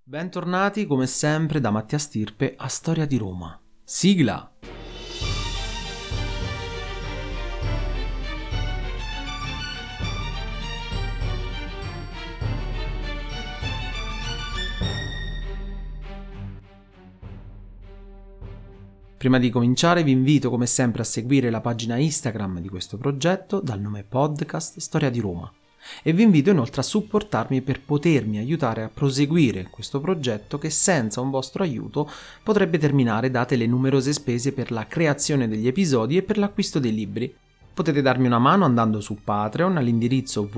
Bentornati come sempre da Mattia Stirpe a Storia di Roma. Sigla! Prima di cominciare vi invito come sempre a seguire la pagina Instagram di questo progetto dal nome Podcast Storia di Roma e vi invito inoltre a supportarmi per potermi aiutare a proseguire questo progetto che senza un vostro aiuto potrebbe terminare date le numerose spese per la creazione degli episodi e per l'acquisto dei libri. Potete darmi una mano andando su Patreon all'indirizzo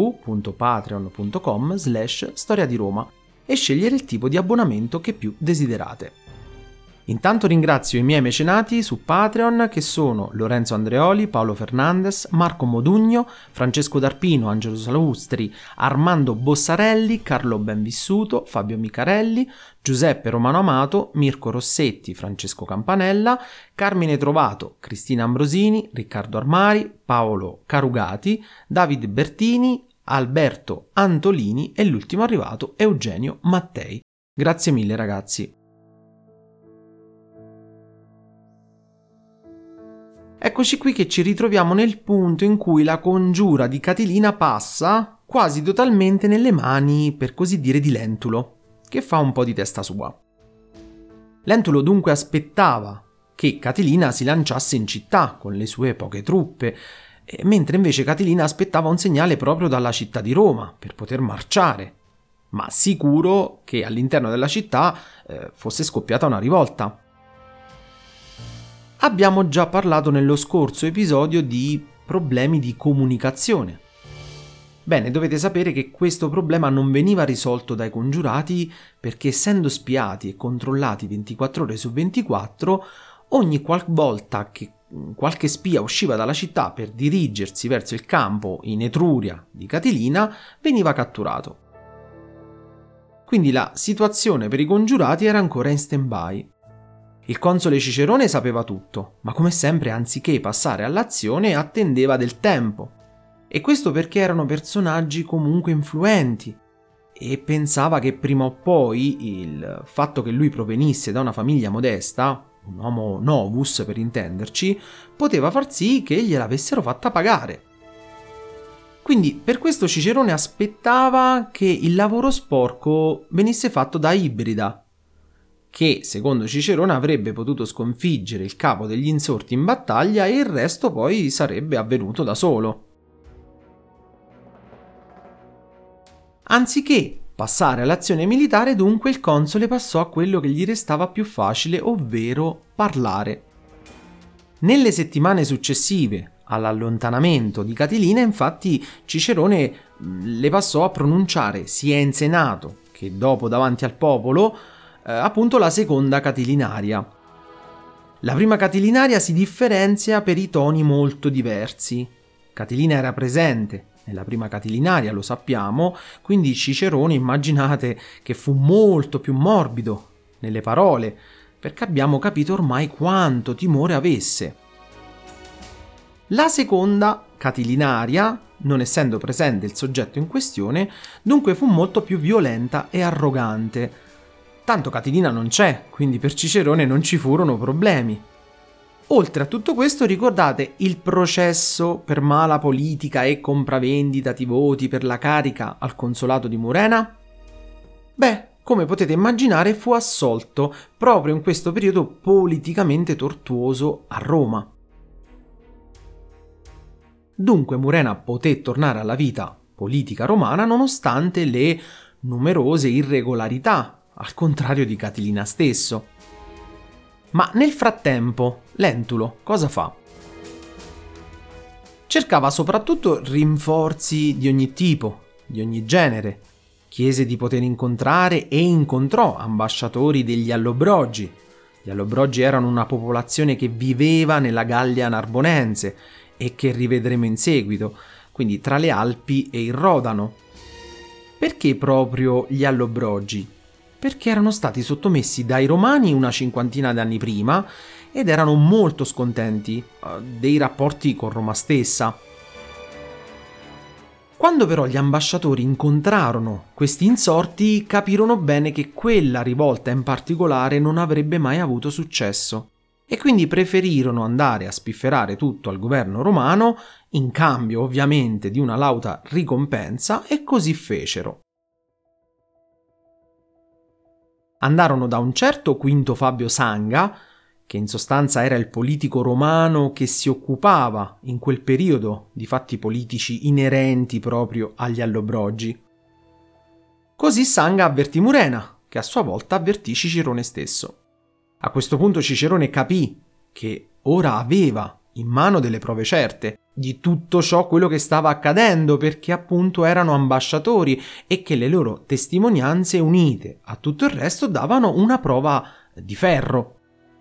www.patreon.com/storia di Roma e scegliere il tipo di abbonamento che più desiderate. Intanto ringrazio i miei mecenati su Patreon che sono Lorenzo Andreoli, Paolo Fernandez, Marco Modugno, Francesco D'Arpino, Angelo Salustri, Armando Bossarelli, Carlo Benvissuto, Fabio Micarelli, Giuseppe Romano Amato, Mirko Rossetti, Francesco Campanella, Carmine Trovato, Cristina Ambrosini, Riccardo Armari, Paolo Carugati, David Bertini, Alberto Antolini e l'ultimo arrivato Eugenio Mattei. Grazie mille ragazzi. Eccoci qui che ci ritroviamo nel punto in cui la congiura di Catilina passa quasi totalmente nelle mani, per così dire, di Lentulo, che fa un po' di testa sua. Lentulo dunque aspettava che Catilina si lanciasse in città con le sue poche truppe, mentre invece Catilina aspettava un segnale proprio dalla città di Roma per poter marciare, ma sicuro che all'interno della città fosse scoppiata una rivolta. Abbiamo già parlato nello scorso episodio di problemi di comunicazione. Bene, dovete sapere che questo problema non veniva risolto dai congiurati perché essendo spiati e controllati 24 ore su 24, ogni qualvolta che qualche spia usciva dalla città per dirigersi verso il campo in Etruria di Catilina, veniva catturato. Quindi la situazione per i congiurati era ancora in stand-by. Il console Cicerone sapeva tutto, ma come sempre anziché passare all'azione attendeva del tempo. E questo perché erano personaggi comunque influenti e pensava che prima o poi il fatto che lui provenisse da una famiglia modesta, un homo novus per intenderci, poteva far sì che gliel'avessero fatta pagare. Quindi per questo Cicerone aspettava che il lavoro sporco venisse fatto da Ibrida, che secondo Cicerone avrebbe potuto sconfiggere il capo degli insorti in battaglia e il resto poi sarebbe avvenuto da solo. Anziché passare all'azione militare, dunque il console passò a quello che gli restava più facile, ovvero parlare. Nelle settimane successive all'allontanamento di Catilina, infatti, Cicerone le passò a pronunciare sia in Senato che dopo davanti al popolo appunto la seconda Catilinaria. La prima Catilinaria si differenzia per i toni molto diversi. Catilina era presente nella prima Catilinaria, lo sappiamo, quindi Cicerone immaginate che fu molto più morbido nelle parole, perché abbiamo capito ormai quanto timore avesse. La seconda Catilinaria, non essendo presente il soggetto in questione, dunque fu molto più violenta e arrogante. Tanto Catilina non c'è, quindi per Cicerone non ci furono problemi. Oltre a tutto questo, ricordate il processo per mala politica e compravendita di voti per la carica al consolato di Murena? Beh, come potete immaginare, fu assolto proprio in questo periodo politicamente tortuoso a Roma. Dunque Murena poté tornare alla vita politica romana nonostante le numerose irregolarità, al contrario di Catilina stesso. Ma nel frattempo, Lentulo cosa fa? Cercava soprattutto rinforzi di ogni tipo, di ogni genere. Chiese di poter incontrare e incontrò ambasciatori degli Allobrogi. Gli Allobrogi erano una popolazione che viveva nella Gallia Narbonense e che rivedremo in seguito, quindi tra le Alpi e il Rodano. Perché proprio gli Allobrogi? Perché erano stati sottomessi dai Romani una cinquantina d'anni prima ed erano molto scontenti dei rapporti con Roma stessa. Quando però gli ambasciatori incontrarono questi insorti, capirono bene che quella rivolta in particolare non avrebbe mai avuto successo e quindi preferirono andare a spifferare tutto al governo romano, in cambio ovviamente di una lauta ricompensa, e così fecero. Andarono da un certo Quinto Fabio Sanga, che in sostanza era il politico romano che si occupava in quel periodo di fatti politici inerenti proprio agli Allobrogi. Così Sanga avvertì Murena, che a sua volta avvertì Cicerone stesso. A questo punto Cicerone capì che ora aveva in mano delle prove certe di tutto ciò quello che stava accadendo, perché appunto erano ambasciatori e che le loro testimonianze unite a tutto il resto davano una prova di ferro.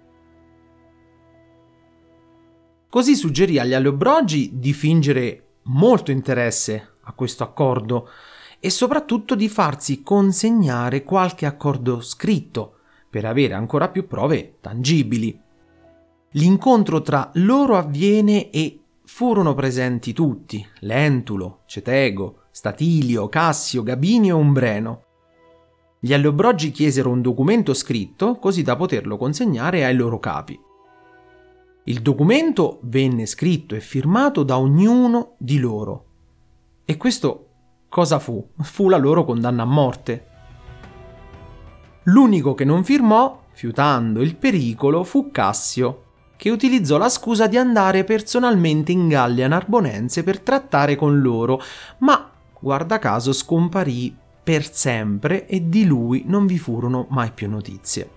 Così suggerì agli Allobrogi di fingere molto interesse a questo accordo e soprattutto di farsi consegnare qualche accordo scritto per avere ancora più prove tangibili. L'incontro tra loro avviene e furono presenti tutti: Lentulo, Cetego, Statilio, Cassio, Gabinio e Umbreno. Gli Allobrogi chiesero un documento scritto così da poterlo consegnare ai loro capi. Il documento venne scritto e firmato da ognuno di loro. E questo cosa fu? Fu la loro condanna a morte. L'unico che non firmò, fiutando il pericolo, fu Cassio, che utilizzò la scusa di andare personalmente in Gallia Narbonense per trattare con loro, ma, guarda caso, scomparì per sempre e di lui non vi furono mai più notizie.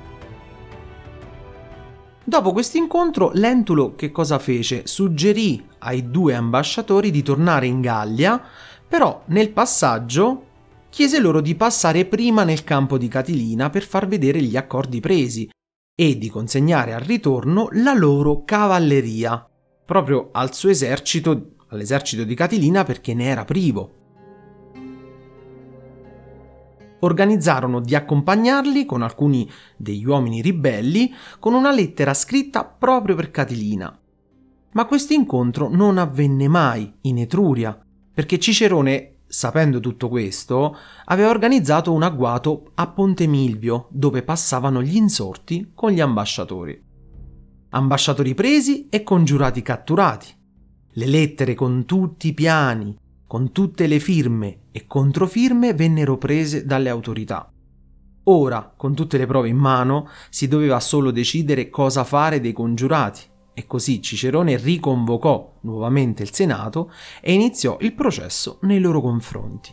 Dopo questo incontro, Lentulo che cosa fece? Suggerì ai due ambasciatori di tornare in Gallia, però nel passaggio chiese loro di passare prima nel campo di Catilina per far vedere gli accordi presi e di consegnare al ritorno la loro cavalleria, proprio al suo esercito, all'esercito di Catilina, perché ne era privo. Organizzarono di accompagnarli con alcuni degli uomini ribelli con una lettera scritta proprio per Catilina. Ma questo incontro non avvenne mai in Etruria, perché Cicerone, sapendo tutto questo, aveva organizzato un agguato a Ponte Milvio, dove passavano gli insorti con gli ambasciatori. Ambasciatori presi e congiurati catturati. Le lettere con tutti i piani, con tutte le firme e controfirme vennero prese dalle autorità. Ora, con tutte le prove in mano, si doveva solo decidere cosa fare dei congiurati, e così Cicerone riconvocò nuovamente il Senato e iniziò il processo nei loro confronti.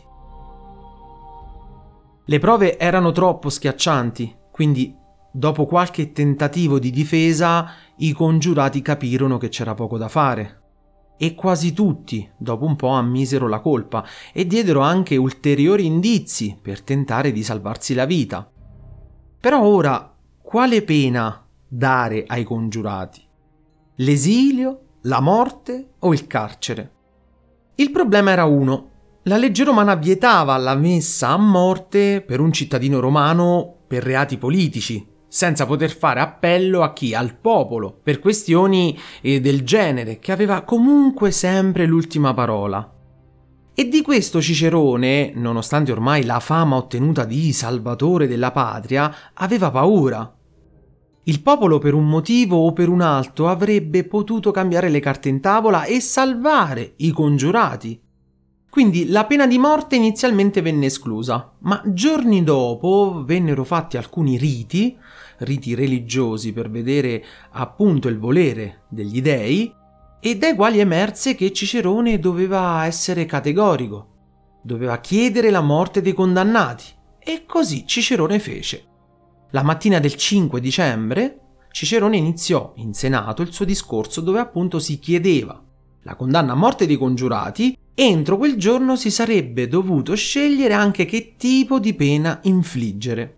Le prove erano troppo schiaccianti, quindi dopo qualche tentativo di difesa i congiurati capirono che c'era poco da fare. E quasi tutti, dopo un po', ammisero la colpa e diedero anche ulteriori indizi per tentare di salvarsi la vita. Però ora, quale pena dare ai congiurati? L'esilio, la morte o il carcere? Il problema era uno: la legge romana vietava la messa a morte per un cittadino romano per reati politici, senza poter fare appello a chi? Al popolo, per questioni del genere, che aveva comunque sempre l'ultima parola. E di questo Cicerone, nonostante ormai la fama ottenuta di salvatore della patria, aveva paura. Il popolo, per un motivo o per un altro, avrebbe potuto cambiare le carte in tavola e salvare i congiurati. Quindi la pena di morte inizialmente venne esclusa, ma giorni dopo vennero fatti alcuni riti religiosi per vedere appunto il volere degli dei, e dai quali emerse che Cicerone doveva essere categorico, doveva chiedere la morte dei condannati, e così Cicerone fece. La mattina del 5 dicembre Cicerone iniziò in Senato il suo discorso dove appunto si chiedeva la condanna a morte dei congiurati. Entro quel giorno si sarebbe dovuto scegliere anche che tipo di pena infliggere.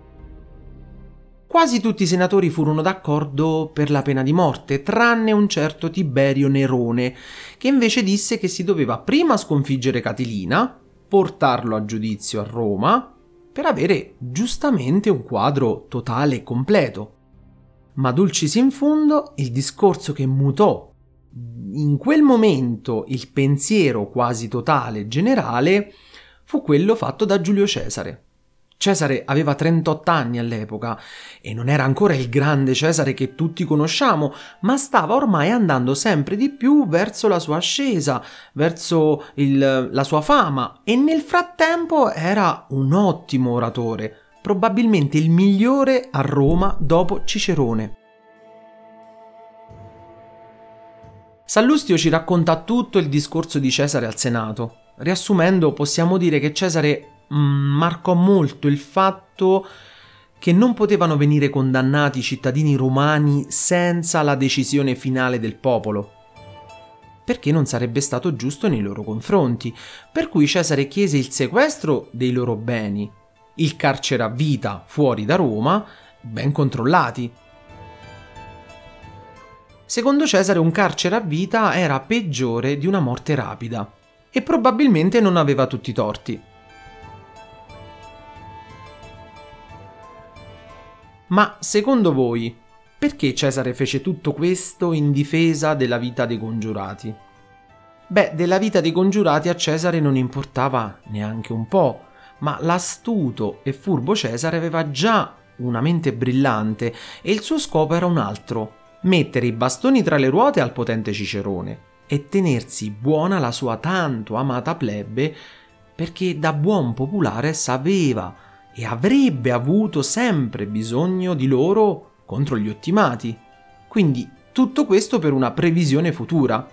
Quasi tutti i senatori furono d'accordo per la pena di morte, tranne un certo Tiberio Nerone, che invece disse che si doveva prima sconfiggere Catilina, portarlo a giudizio a Roma, per avere giustamente un quadro totale e completo. Ma dulcis in fundo, il discorso che mutò In quel momento il pensiero quasi totale generale fu quello fatto da Giulio Cesare. Cesare aveva 38 anni all'epoca e non era ancora il grande Cesare che tutti conosciamo, ma stava ormai andando sempre di più verso la sua ascesa, verso la sua fama, e nel frattempo era un ottimo oratore, probabilmente il migliore a Roma dopo Cicerone. Sallustio ci racconta tutto il discorso di Cesare al Senato. Riassumendo, possiamo dire che Cesare marcò molto il fatto che non potevano venire condannati i cittadini romani senza la decisione finale del popolo, perché non sarebbe stato giusto nei loro confronti, per cui Cesare chiese il sequestro dei loro beni, il carcere a vita fuori da Roma, ben controllati. Secondo Cesare un carcere a vita era peggiore di una morte rapida e probabilmente non aveva tutti i torti. Ma secondo voi, perché Cesare fece tutto questo in difesa della vita dei congiurati? Beh, della vita dei congiurati a Cesare non importava neanche un po', ma l'astuto e furbo Cesare aveva già una mente brillante e il suo scopo era un altro: mettere i bastoni tra le ruote al potente Cicerone e tenersi buona la sua tanto amata plebe, perché da buon popolare sapeva e avrebbe avuto sempre bisogno di loro contro gli ottimati. Quindi tutto questo per una previsione futura.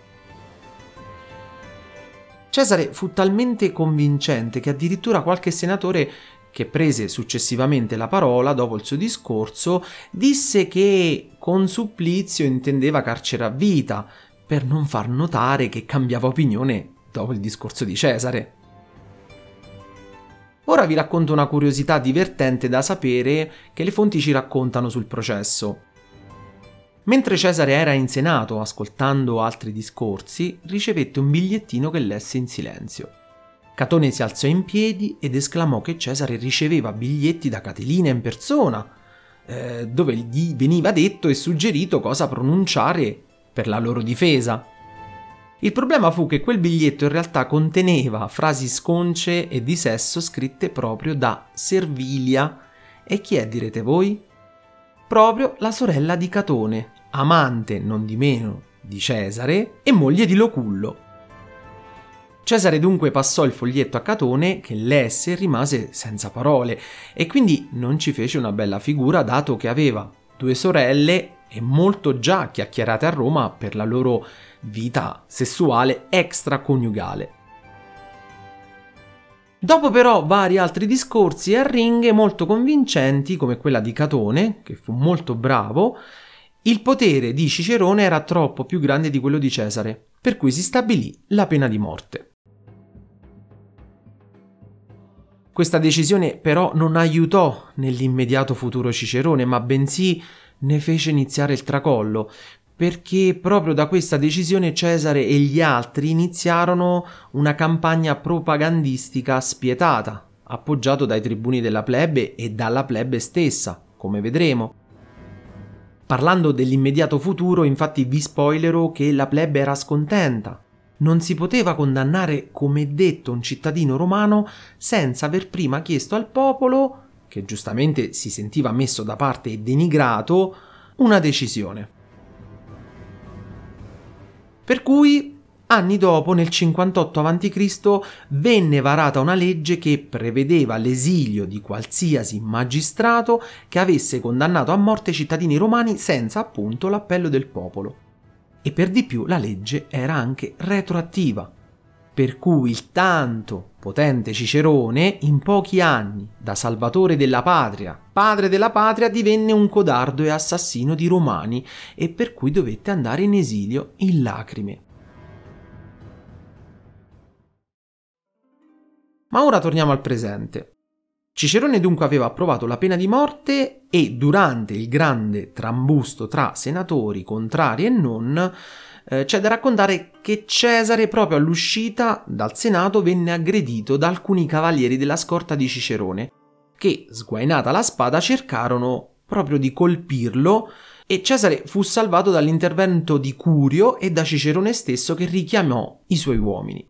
Cesare fu talmente convincente che addirittura qualche senatore che prese successivamente la parola dopo il suo discorso disse che con supplizio intendeva carcere a vita, per non far notare che cambiava opinione dopo il discorso di Cesare. Ora vi racconto una curiosità divertente da sapere che le fonti ci raccontano sul processo. Mentre Cesare era in Senato ascoltando altri discorsi, ricevette un bigliettino che lesse in silenzio. Catone si alzò in piedi ed esclamò che Cesare riceveva biglietti da Catilina in persona, dove gli veniva detto e suggerito cosa pronunciare per la loro difesa. Il problema fu che quel biglietto in realtà conteneva frasi sconce e di sesso scritte proprio da Servilia. E chi è, direte voi? Proprio la sorella di Catone, amante non di meno di Cesare e moglie di Locullo. Cesare dunque passò il foglietto a Catone, che lesse e rimase senza parole, e quindi non ci fece una bella figura, dato che aveva 2 sorelle e molto già chiacchierate a Roma per la loro vita sessuale extraconiugale. Dopo però vari altri discorsi e arringhe molto convincenti, come quella di Catone, che fu molto bravo, il potere di Cicerone era troppo più grande di quello di Cesare, per cui si stabilì la pena di morte. Questa decisione però non aiutò nell'immediato futuro Cicerone, ma bensì ne fece iniziare il tracollo, perché proprio da questa decisione Cesare e gli altri iniziarono una campagna propagandistica spietata, appoggiato dai tribuni della plebe e dalla plebe stessa, come vedremo. Parlando dell'immediato futuro, infatti vi spoilerò che la plebe era scontenta. Non si poteva condannare come detto un cittadino romano senza aver prima chiesto al popolo, che giustamente si sentiva messo da parte e denigrato, una decisione. Per cui, anni dopo, nel 58 a.C., venne varata una legge che prevedeva l'esilio di qualsiasi magistrato che avesse condannato a morte cittadini romani senza appunto l'appello del popolo. E per di più la legge era anche retroattiva, per cui il tanto potente Cicerone, in pochi anni, da salvatore della patria, padre della patria, divenne un codardo e assassino di romani e per cui dovette andare in esilio in lacrime. Ma ora torniamo al presente. Cicerone dunque aveva approvato la pena di morte e durante il grande trambusto tra senatori, contrari e non, c'è da raccontare che Cesare proprio all'uscita dal Senato venne aggredito da alcuni cavalieri della scorta di Cicerone che, sguainata la spada, cercarono proprio di colpirlo e Cesare fu salvato dall'intervento di Curio e da Cicerone stesso, che richiamò i suoi uomini.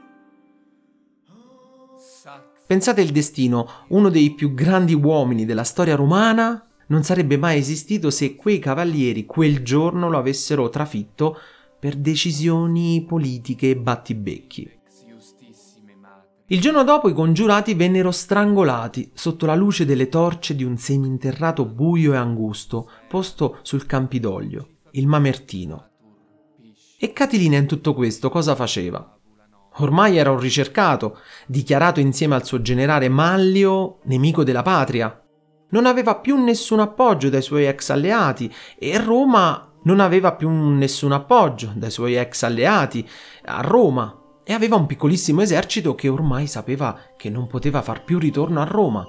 Pensate il destino, uno dei più grandi uomini della storia romana non sarebbe mai esistito se quei cavalieri quel giorno lo avessero trafitto per decisioni politiche e battibecchi. Il giorno dopo i congiurati vennero strangolati sotto la luce delle torce di un seminterrato buio e angusto posto sul Campidoglio, il Mamertino. E Catilina in tutto questo cosa faceva? Ormai era un ricercato, dichiarato insieme al suo generale Mallio nemico della patria. Non aveva più nessun appoggio dai suoi ex alleati e Roma non aveva più nessun appoggio dai suoi ex alleati a Roma e aveva un piccolissimo esercito che ormai sapeva che non poteva far più ritorno a Roma.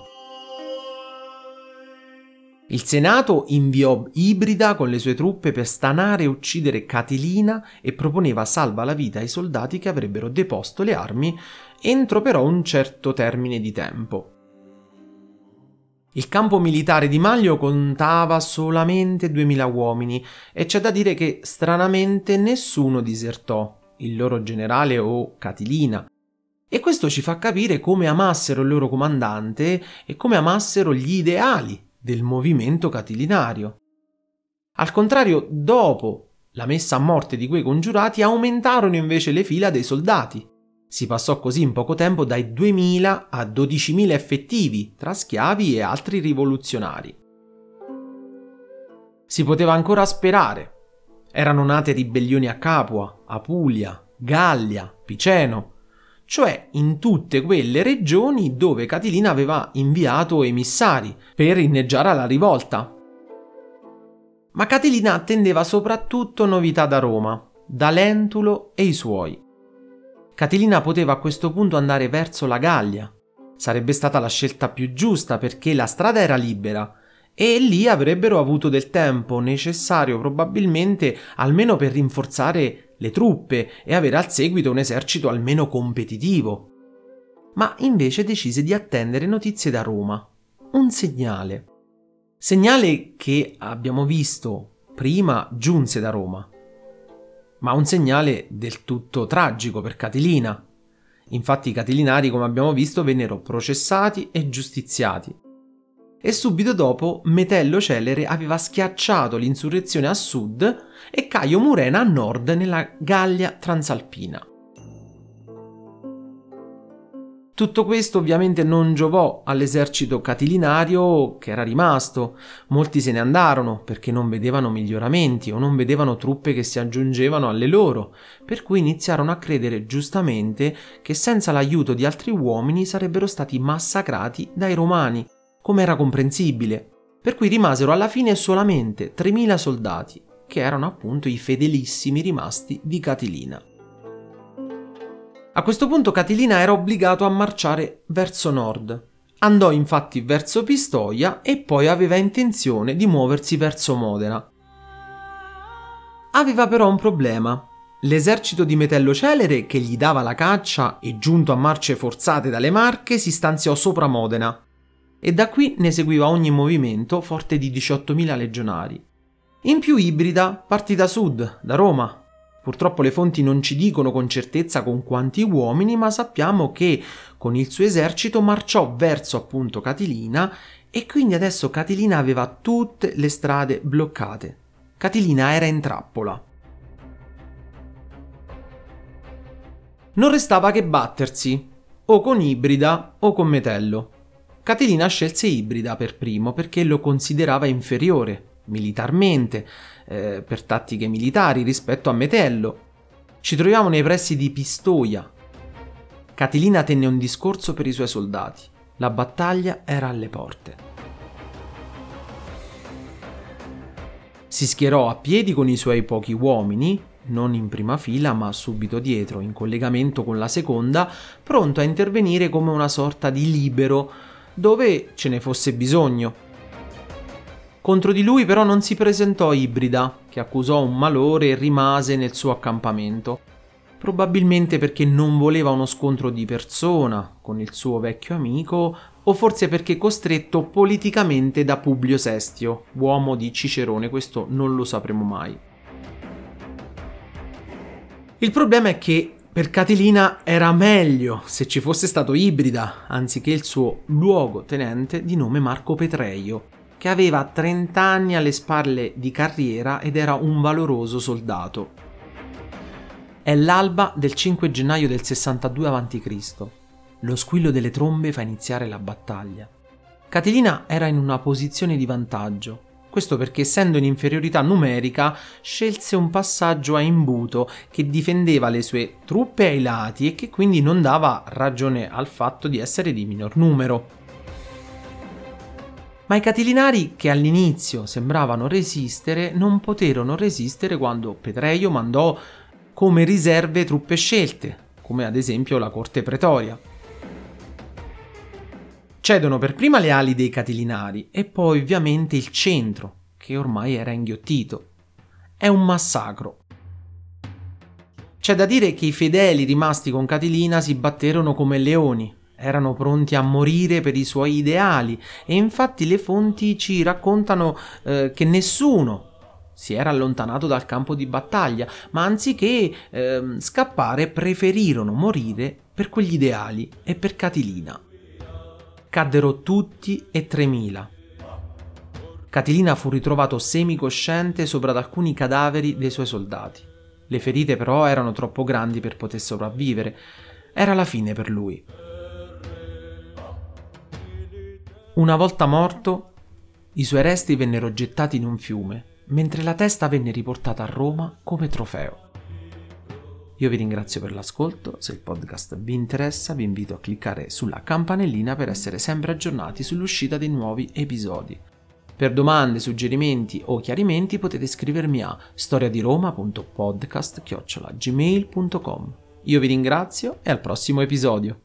Il Senato inviò Ibrida con le sue truppe per stanare e uccidere Catilina e proponeva salva la vita ai soldati che avrebbero deposto le armi entro però un certo termine di tempo. Il campo militare di Mallio contava solamente 2000 uomini e c'è da dire che stranamente nessuno disertò, il loro generale o Catilina. E questo ci fa capire come amassero il loro comandante e come amassero gli ideali del movimento catilinario. Al contrario, dopo la messa a morte di quei congiurati aumentarono invece le fila dei soldati. Si passò così in poco tempo dai 2000 a 12.000 effettivi, tra schiavi e altri rivoluzionari. Si poteva ancora sperare. Erano nate ribellioni a Capua, Apulia, Gallia, Piceno, cioè in tutte quelle regioni dove Catilina aveva inviato emissari per inneggiare alla rivolta. Ma Catilina attendeva soprattutto novità da Roma, da Lentulo e i suoi. Catilina poteva a questo punto andare verso la Gallia. Sarebbe stata la scelta più giusta perché la strada era libera e lì avrebbero avuto del tempo necessario probabilmente almeno per rinforzare le truppe e avere al seguito un esercito almeno competitivo. Ma invece decise di attendere notizie da Roma. Un segnale. Segnale che abbiamo visto prima giunse da Roma. Ma un segnale del tutto tragico per Catilina. Infatti i catilinari, come abbiamo visto, vennero processati e giustiziati. E subito dopo Metello Celere aveva schiacciato l'insurrezione a sud e Caio Murena a nord nella Gallia Transalpina. Tutto questo ovviamente non giovò all'esercito catilinario che era rimasto. Molti se ne andarono perché non vedevano miglioramenti o non vedevano truppe che si aggiungevano alle loro, per cui iniziarono a credere giustamente che senza l'aiuto di altri uomini sarebbero stati massacrati dai romani, come era comprensibile. Per cui rimasero alla fine solamente 3.000 soldati, che erano appunto i fedelissimi rimasti di Catilina. A questo punto Catilina era obbligato a marciare verso nord. Andò infatti verso Pistoia e poi aveva intenzione di muoversi verso Modena. Aveva però un problema. L'esercito di Metello Celere, che gli dava la caccia e giunto a marce forzate dalle Marche, si stanziò sopra Modena e da qui ne seguiva ogni movimento forte di 18.000 legionari. In più Ibrida partì da sud, da Roma. Purtroppo le fonti non ci dicono con certezza con quanti uomini, ma sappiamo che con il suo esercito marciò verso appunto Catilina e quindi adesso Catilina aveva tutte le strade bloccate. Catilina era in trappola. Non restava che battersi, o con Ibrida o con Metello. Catilina scelse Ibrida per primo perché lo considerava inferiore militarmente, per tattiche militari rispetto a Metello. Ci troviamo nei pressi di Pistoia. Catilina tenne un discorso per i suoi soldati. La battaglia era alle porte. Si schierò a piedi con i suoi pochi uomini, non in prima fila ma subito dietro, in collegamento con la seconda, pronto a intervenire come una sorta di libero dove ce ne fosse bisogno. Contro di lui però non si presentò Ibrida, che accusò un malore e rimase nel suo accampamento, probabilmente perché non voleva uno scontro di persona con il suo vecchio amico, o forse perché costretto politicamente da Publio Sestio, uomo di Cicerone, questo non lo sapremo mai. Il problema è che per Catilina era meglio se ci fosse stato Ibrida, anziché il suo luogotenente di nome Marco Petreio, che aveva 30 anni alle spalle di carriera ed era un valoroso soldato. È l'alba del 5 gennaio del 62 a.C. Lo squillo delle trombe fa iniziare la battaglia. Catilina era in una posizione di vantaggio. Questo perché, essendo in inferiorità numerica, scelse un passaggio a imbuto che difendeva le sue truppe ai lati e che quindi non dava ragione al fatto di essere di minor numero. Ma i catilinari, che all'inizio sembravano resistere, non poterono resistere quando Petreio mandò come riserve truppe scelte, come ad esempio la corte pretoria. Cedono per prima le ali dei catilinari e poi ovviamente il centro, che ormai era inghiottito. È un massacro. C'è da dire che i fedeli rimasti con Catilina si batterono come leoni, erano pronti a morire per i suoi ideali e infatti le fonti ci raccontano che nessuno si era allontanato dal campo di battaglia, ma anziché scappare preferirono morire per quegli ideali e per Catilina. Caddero tutti e 3.000. Catilina fu ritrovato semicosciente sopra ad alcuni cadaveri dei suoi soldati. Le ferite però erano troppo grandi per poter sopravvivere. Era la fine per lui. Una volta morto, i suoi resti vennero gettati in un fiume, mentre la testa venne riportata a Roma come trofeo. Io vi ringrazio per l'ascolto, se il podcast vi interessa vi invito a cliccare sulla campanellina per essere sempre aggiornati sull'uscita dei nuovi episodi. Per domande, suggerimenti o chiarimenti potete scrivermi a storiadiroma.podcast@gmail.com. Io vi ringrazio e al prossimo episodio.